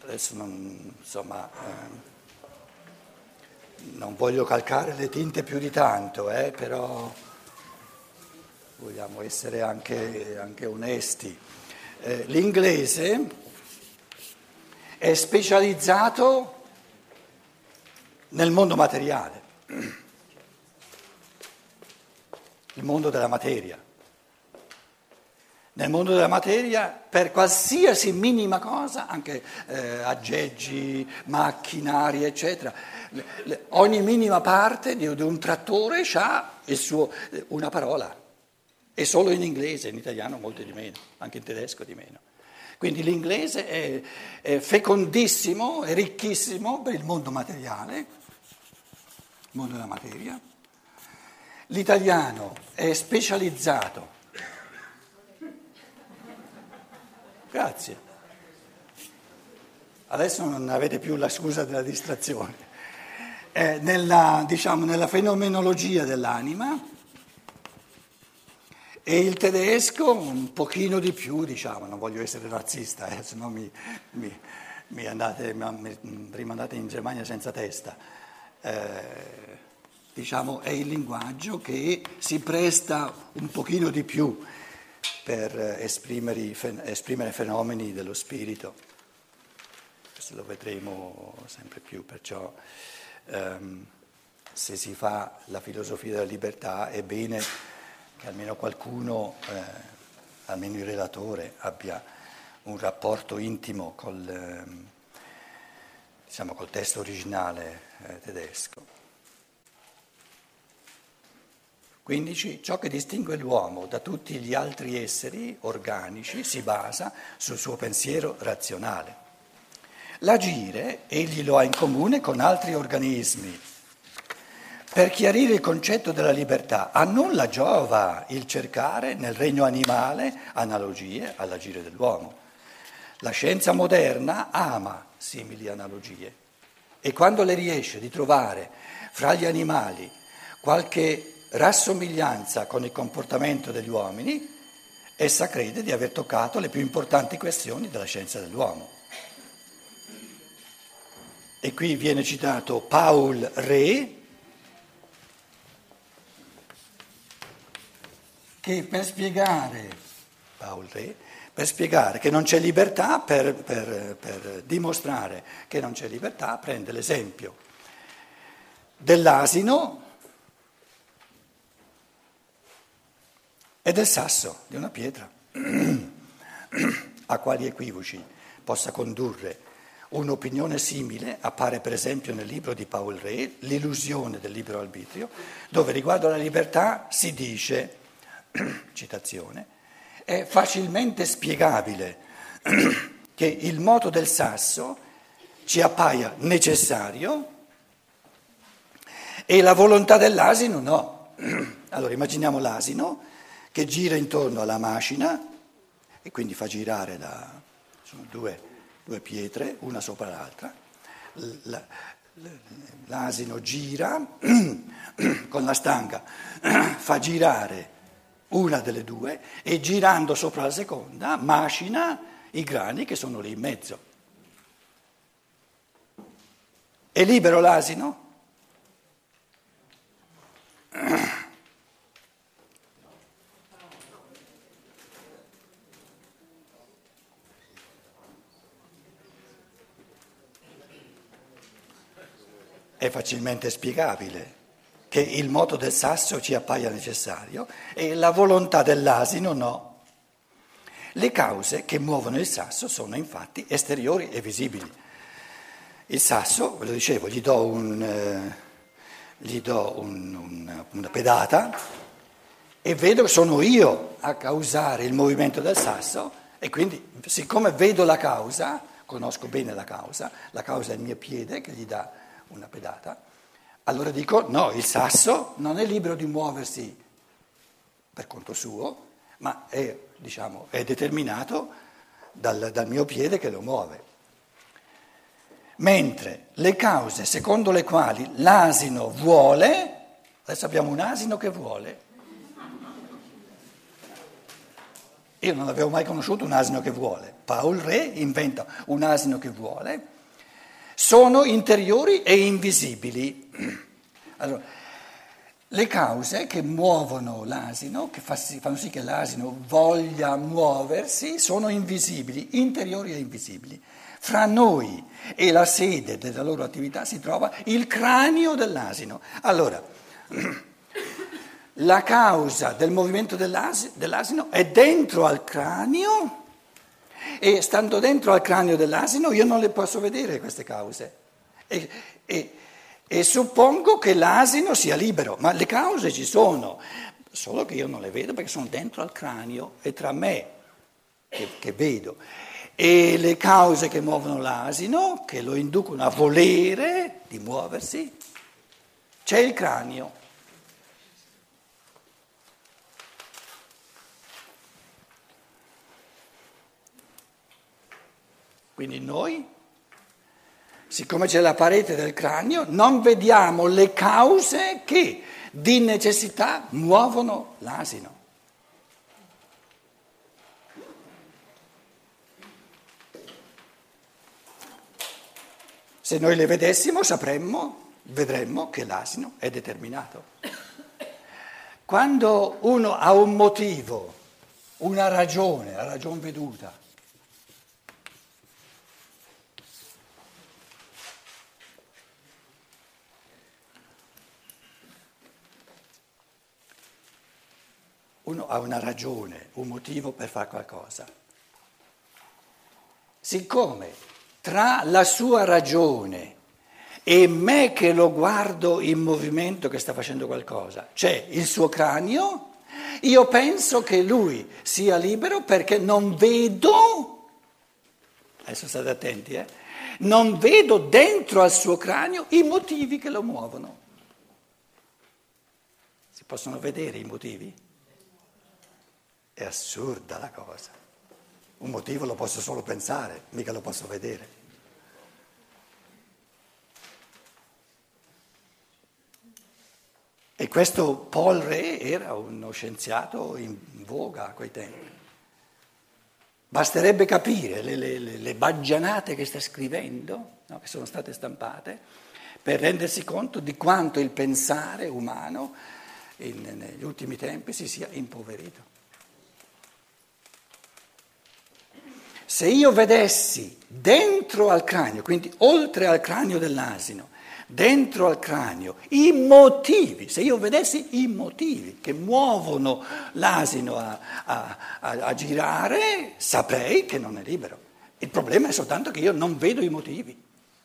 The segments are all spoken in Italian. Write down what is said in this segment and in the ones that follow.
adesso non, insomma, non voglio calcare le tinte più di tanto, però vogliamo essere anche onesti. L'inglese è specializzato nel mondo materiale, il mondo della materia. Nel mondo della materia, per qualsiasi minima cosa, anche aggeggi, macchinari, eccetera, ogni minima parte di un trattore ha una parola, e solo in inglese, in italiano molto di meno, anche in tedesco di meno. Quindi l'inglese è fecondissimo, è ricchissimo per il mondo materiale, il mondo della materia. L'italiano è specializzato. Grazie. Adesso non avete più la scusa della distrazione. Nella fenomenologia dell'anima, e il tedesco un pochino di più, non voglio essere razzista, se no mi rimandate in Germania senza testa. È il linguaggio che si presta un pochino di più per esprimere fenomeni dello spirito. Questo lo vedremo sempre più, perciò se si fa la filosofia della libertà è bene che almeno qualcuno, almeno il relatore, abbia un rapporto intimo col testo originale tedesco. 15. Ciò che distingue l'uomo da tutti gli altri esseri organici si basa sul suo pensiero razionale. L'agire egli lo ha in comune con altri organismi. Per chiarire il concetto della libertà, a nulla giova il cercare nel regno animale analogie all'agire dell'uomo. La scienza moderna ama simili analogie e quando le riesce di trovare fra gli animali qualche rassomiglianza con il comportamento degli uomini, essa crede di aver toccato le più importanti questioni della scienza dell'uomo. E qui viene citato Paul Rée, che per spiegare che non c'è libertà, per dimostrare che non c'è libertà, prende l'esempio dell'asino e del sasso di una pietra. A quali equivoci possa condurre un'opinione simile appare per esempio nel libro di Paul Rée, L'illusione del libero arbitrio, dove riguardo alla libertà si dice, citazione, è facilmente spiegabile che il moto del sasso ci appaia necessario e la volontà dell'asino no. Allora immaginiamo l'asino che gira intorno alla macina e quindi fa girare sono due pietre, una sopra l'altra. L'asino gira con la stanga, fa girare una delle due e girando sopra la seconda macina i grani che sono lì in mezzo. È libero l'asino? È facilmente spiegabile che il moto del sasso ci appaia necessario e la volontà dell'asino no. Le cause che muovono il sasso sono infatti esteriori e visibili. Il sasso, ve lo dicevo, gli do una pedata e vedo che sono io a causare il movimento del sasso e quindi siccome vedo la causa, conosco bene la causa è il mio piede che gli dà una pedata, allora dico no, il sasso non è libero di muoversi per conto suo, ma è determinato dal mio piede che lo muove. Mentre le cause secondo le quali l'asino vuole, adesso abbiamo un asino che vuole, Io non avevo mai conosciuto un asino che vuole. Paul Re inventa un asino che vuole. Sono interiori e invisibili. Allora, le cause che muovono l'asino, che fanno sì che l'asino voglia muoversi, sono invisibili, interiori e invisibili. Fra noi e la sede della loro attività si trova il cranio dell'asino. Allora, la causa del movimento dell'asino è dentro al cranio e stando dentro al cranio dell'asino io non le posso vedere queste cause e suppongo che l'asino sia libero, ma le cause ci sono, solo che io non le vedo perché sono dentro al cranio e tra me che vedo e le cause che muovono l'asino, che lo inducono a volere di muoversi, c'è il cranio. Quindi noi, siccome c'è la parete del cranio, non vediamo le cause che di necessità muovono l'asino. Se noi le vedessimo vedremmo che l'asino è determinato. Quando uno ha un motivo, una ragione, la ragion veduta, uno ha una ragione, un motivo per fare qualcosa. Siccome tra la sua ragione e me che lo guardo in movimento che sta facendo qualcosa, c'è il suo cranio, io penso che lui sia libero perché non vedo, adesso state attenti, non vedo dentro al suo cranio i motivi che lo muovono. Si possono vedere i motivi? È assurda la cosa. Un motivo lo posso solo pensare, mica lo posso vedere. E questo Paul Re era uno scienziato in voga a quei tempi. Basterebbe capire le baggianate che sta scrivendo, no, che sono state stampate, per rendersi conto di quanto il pensare umano negli ultimi tempi si sia impoverito. Se io vedessi dentro al cranio, quindi oltre al cranio dell'asino, dentro al cranio, i motivi, se io vedessi i motivi che muovono l'asino a girare, saprei che non è libero. Il problema è soltanto che io non vedo i motivi.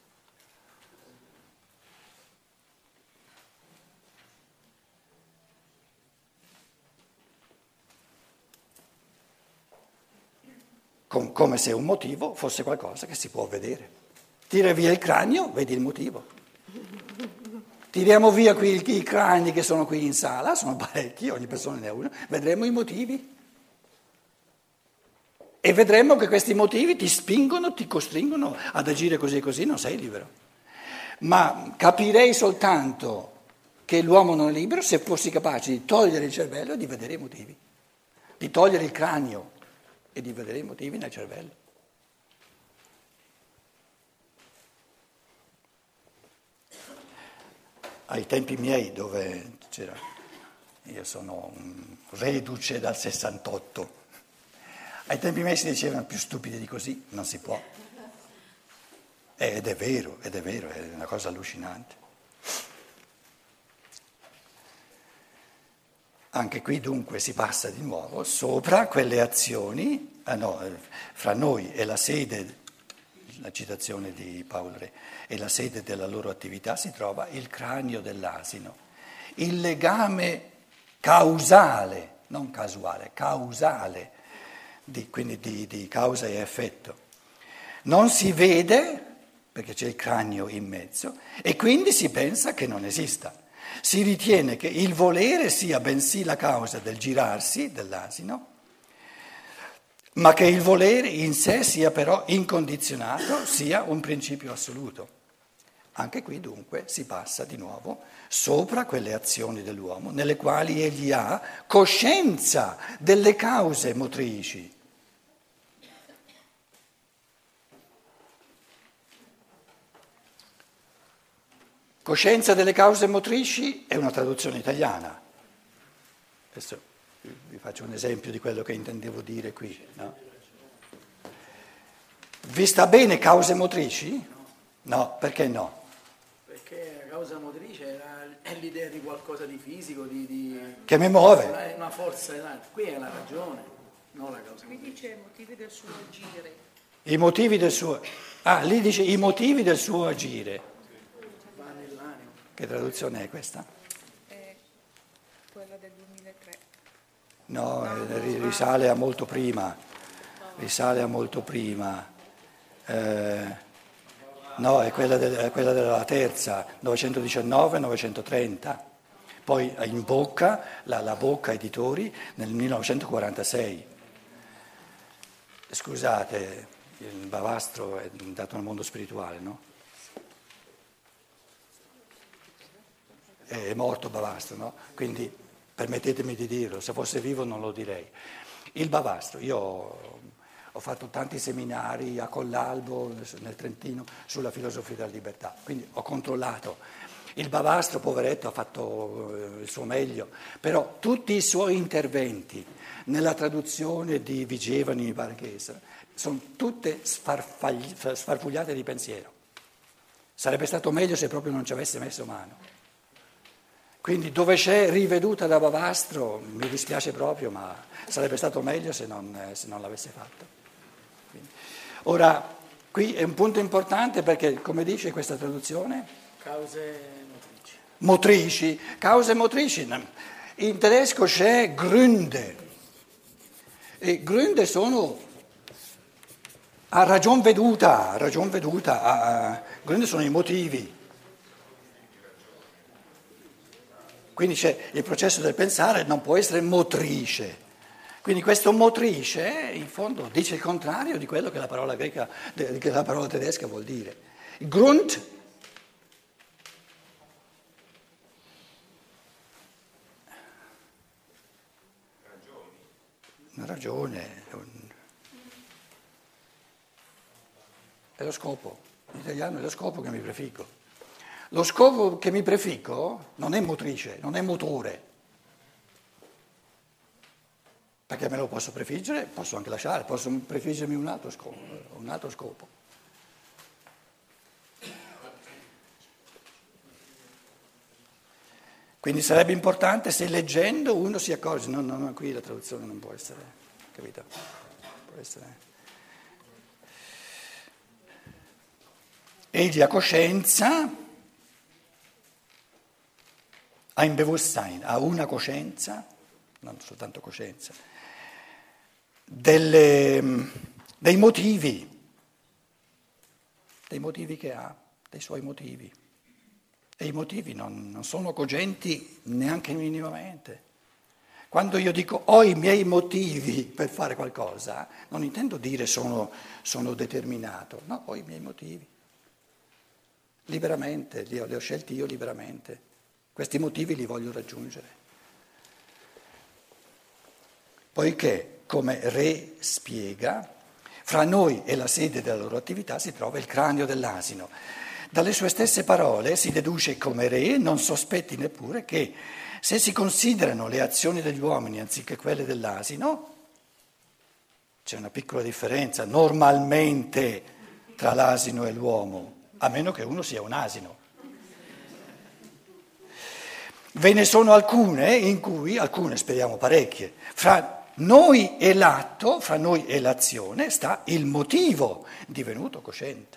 Come se un motivo fosse qualcosa che si può vedere. Tira via il cranio, vedi il motivo. Tiriamo via qui i crani che sono qui in sala, sono parecchi, ogni persona ne ha uno, vedremo i motivi. E vedremo che questi motivi ti spingono, ti costringono ad agire così e così, non sei libero. Ma capirei soltanto che l'uomo non è libero se fossi capace di togliere il cervello e di vedere i motivi, di togliere il cranio e di vedere i motivi nel cervello. Ai tempi miei dove c'era, io sono un reduce dal 68, ai tempi miei si dicevano più stupidi di così, non si può. Ed è vero, è una cosa allucinante. Anche qui dunque si passa di nuovo sopra quelle azioni, fra noi e la sede, la citazione di Paul Re, e la sede della loro attività si trova il cranio dell'asino, il legame causale, non casuale, causale, quindi di causa e effetto. Non si vede perché c'è il cranio in mezzo e quindi si pensa che non esista. Si ritiene che il volere sia bensì la causa del girarsi dell'asino, ma che il volere in sé sia però incondizionato, sia un principio assoluto. Anche qui dunque si passa di nuovo sopra quelle azioni dell'uomo nelle quali egli ha coscienza delle cause motrici. Coscienza delle cause motrici è una traduzione italiana. Adesso vi faccio un esempio di quello che intendevo dire qui. No? Vi sta bene cause motrici? No, perché no? Perché la causa motrice è l'idea di qualcosa di fisico, Che mi muove. una forza. Qui è la ragione, non la causa Qui motrice. dice i motivi del suo agire. I motivi del suo... Ah, lì dice i motivi del suo agire. Va nell'animo. Che traduzione è questa? È quella del 2003. No, risale a molto prima. Risale a molto prima. No, è quella della terza, 919-930. Poi in Bocca, la Bocca Editori, nel 1946. Scusate, il Bavastro è dato nel mondo spirituale, no? È morto Bavastro, no? Quindi permettetemi di dirlo, se fosse vivo non lo direi. Il Bavastro, io ho fatto tanti seminari a Collalbo, nel Trentino, sulla filosofia della libertà, quindi ho controllato. Il Bavastro, poveretto, ha fatto il suo meglio, però tutti i suoi interventi nella traduzione di Vigevani, mi pare che sono tutte sfarfugliate di pensiero. Sarebbe stato meglio se proprio non ci avesse messo mano. Quindi dove c'è riveduta da Bavastro, mi dispiace proprio, ma sarebbe stato meglio se non l'avesse fatto. Ora, qui è un punto importante perché, come dice questa traduzione? Cause motrici. Motrici, cause motrici. In tedesco c'è Gründe. E Gründe sono a ragion veduta, Gründe sono i motivi. Quindi c'è il processo del pensare, non può essere motrice. Quindi questo motrice, in fondo, dice il contrario di quello che la parola greca, che la parola tedesca vuol dire. Grund, una ragione, è lo scopo. In italiano è lo scopo che mi prefiggo. Lo scopo che mi prefiggo non è motrice, non è motore. Perché me lo posso prefiggere, posso anche lasciare, posso prefiggermi un altro scopo. Quindi sarebbe importante se leggendo uno si accorge, no, qui la traduzione non può essere, capito? Può essere. Egli ha coscienza, ein Bewusstsein, ha una coscienza, non soltanto coscienza, dei motivi che ha, dei suoi motivi. E i motivi non sono cogenti neanche minimamente. Quando io dico ho i miei motivi per fare qualcosa, non intendo dire sono determinato, no, ho i miei motivi. Liberamente, li ho scelti io liberamente. Questi motivi li voglio raggiungere. Poiché, come Re spiega, fra noi e la sede della loro attività si trova il cranio dell'asino. Dalle sue stesse parole si deduce come Re non sospetti neppure che se si considerano le azioni degli uomini anziché quelle dell'asino, c'è una piccola differenza normalmente tra l'asino e l'uomo, a meno che uno sia un asino. Ve ne sono alcune in cui, alcune speriamo parecchie, fra noi e l'atto, fra noi e l'azione sta il motivo divenuto cosciente.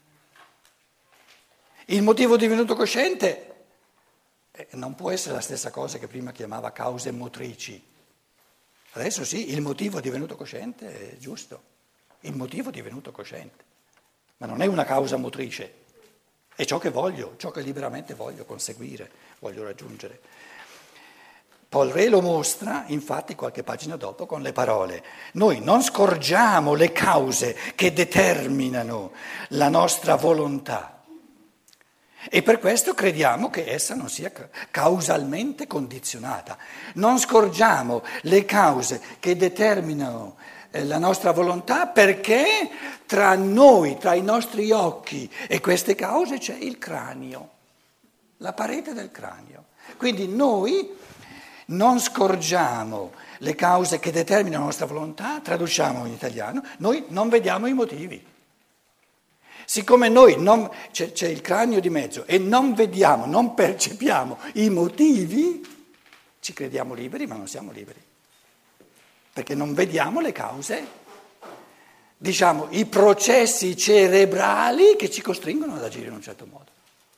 Il motivo divenuto cosciente non può essere la stessa cosa che prima chiamava cause motrici. Adesso sì, il motivo divenuto cosciente è giusto, il motivo divenuto cosciente, ma non è una causa motrice, è ciò che voglio, ciò che liberamente voglio conseguire, voglio raggiungere. Paul Ré lo mostra, infatti, qualche pagina dopo con le parole: noi non scorgiamo le cause che determinano la nostra volontà. E per questo crediamo che essa non sia causalmente condizionata. Non scorgiamo le cause che determinano la nostra volontà perché tra noi, tra i nostri occhi e queste cause c'è il cranio, la parete del cranio. Quindi noi non scorgiamo le cause che determinano la nostra volontà, traduciamo in italiano, noi non vediamo i motivi. Siccome c'è il cranio di mezzo e non vediamo, non percepiamo i motivi, ci crediamo liberi ma non siamo liberi. Perché non vediamo le cause, diciamo i processi cerebrali che ci costringono ad agire in un certo modo.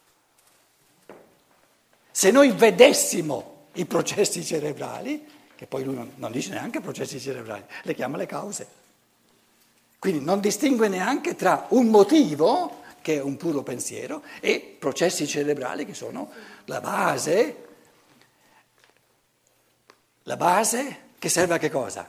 Se noi vedessimo i processi cerebrali, che poi lui non dice neanche processi cerebrali, le chiama le cause. Quindi non distingue neanche tra un motivo, che è un puro pensiero, e processi cerebrali che sono la base che serve a che cosa?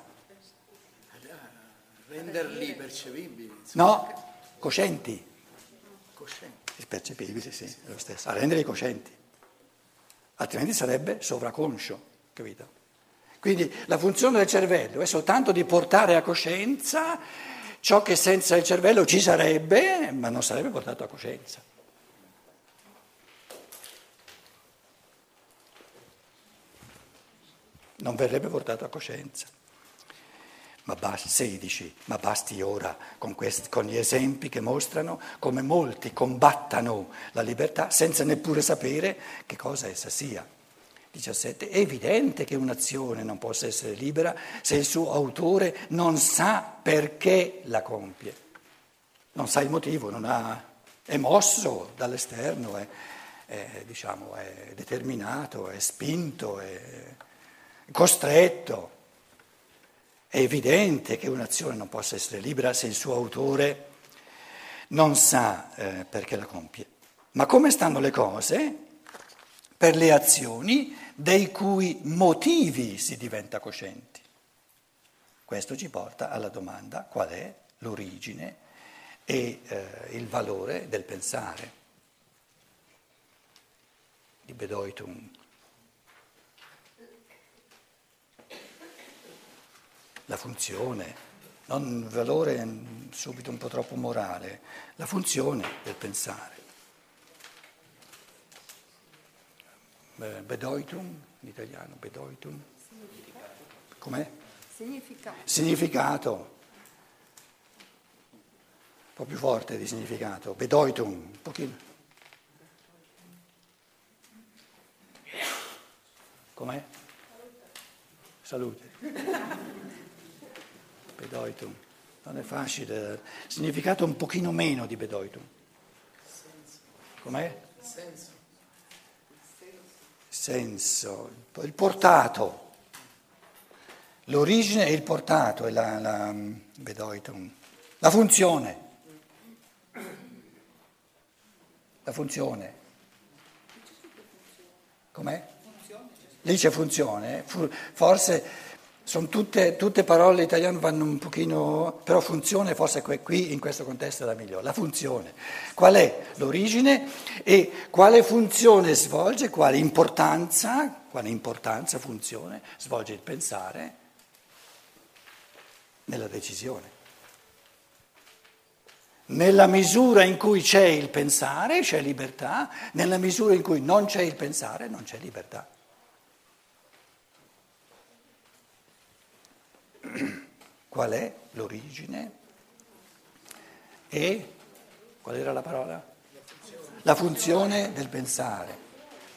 Renderli percepibili. No, coscienti. Coscienti. Percepibili, sì, è lo stesso, a renderli coscienti. Altrimenti sarebbe sovraconscio, capito? Quindi la funzione del cervello è soltanto di portare a coscienza ciò che senza il cervello ci sarebbe, ma non sarebbe portato a coscienza. Non verrebbe portato a coscienza. Ma basti ora con gli esempi che mostrano come molti combattano la libertà senza neppure sapere che cosa essa sia. 17. È evidente che un'azione non possa essere libera se il suo autore non sa perché la compie, non sa il motivo, è mosso dall'esterno, è determinato, è spinto, è costretto. È evidente che un'azione non possa essere libera se il suo autore non sa perché la compie. Ma come stanno le cose per le azioni dei cui motivi si diventa coscienti? Questo ci porta alla domanda: qual è l'origine e il valore del pensare? Di Bedeutung. La funzione, non il valore subito un po' troppo morale, la funzione del pensare. Bedeutung, in italiano, Bedeutung. Com'è? Significato. Un po' più forte di significato. Bedeutung, un pochino. Com'è? Salute. Bedeutung. Non è facile. Significato un pochino meno di Bedeutung. Com'è? Senso, il portato, l'origine e il portato è la Bedeutung, la funzione. Com'è? Lì c'è funzione, forse sono tutte parole italiane, vanno un pochino, però funzione forse qui in questo contesto è la migliore. La funzione, qual è l'origine e quale funzione svolge, quale importanza, funzione svolge il pensare nella decisione. Nella misura in cui c'è il pensare c'è libertà, nella misura in cui non c'è il pensare non c'è libertà. Qual è l'origine e qual era la parola? La funzione del pensare.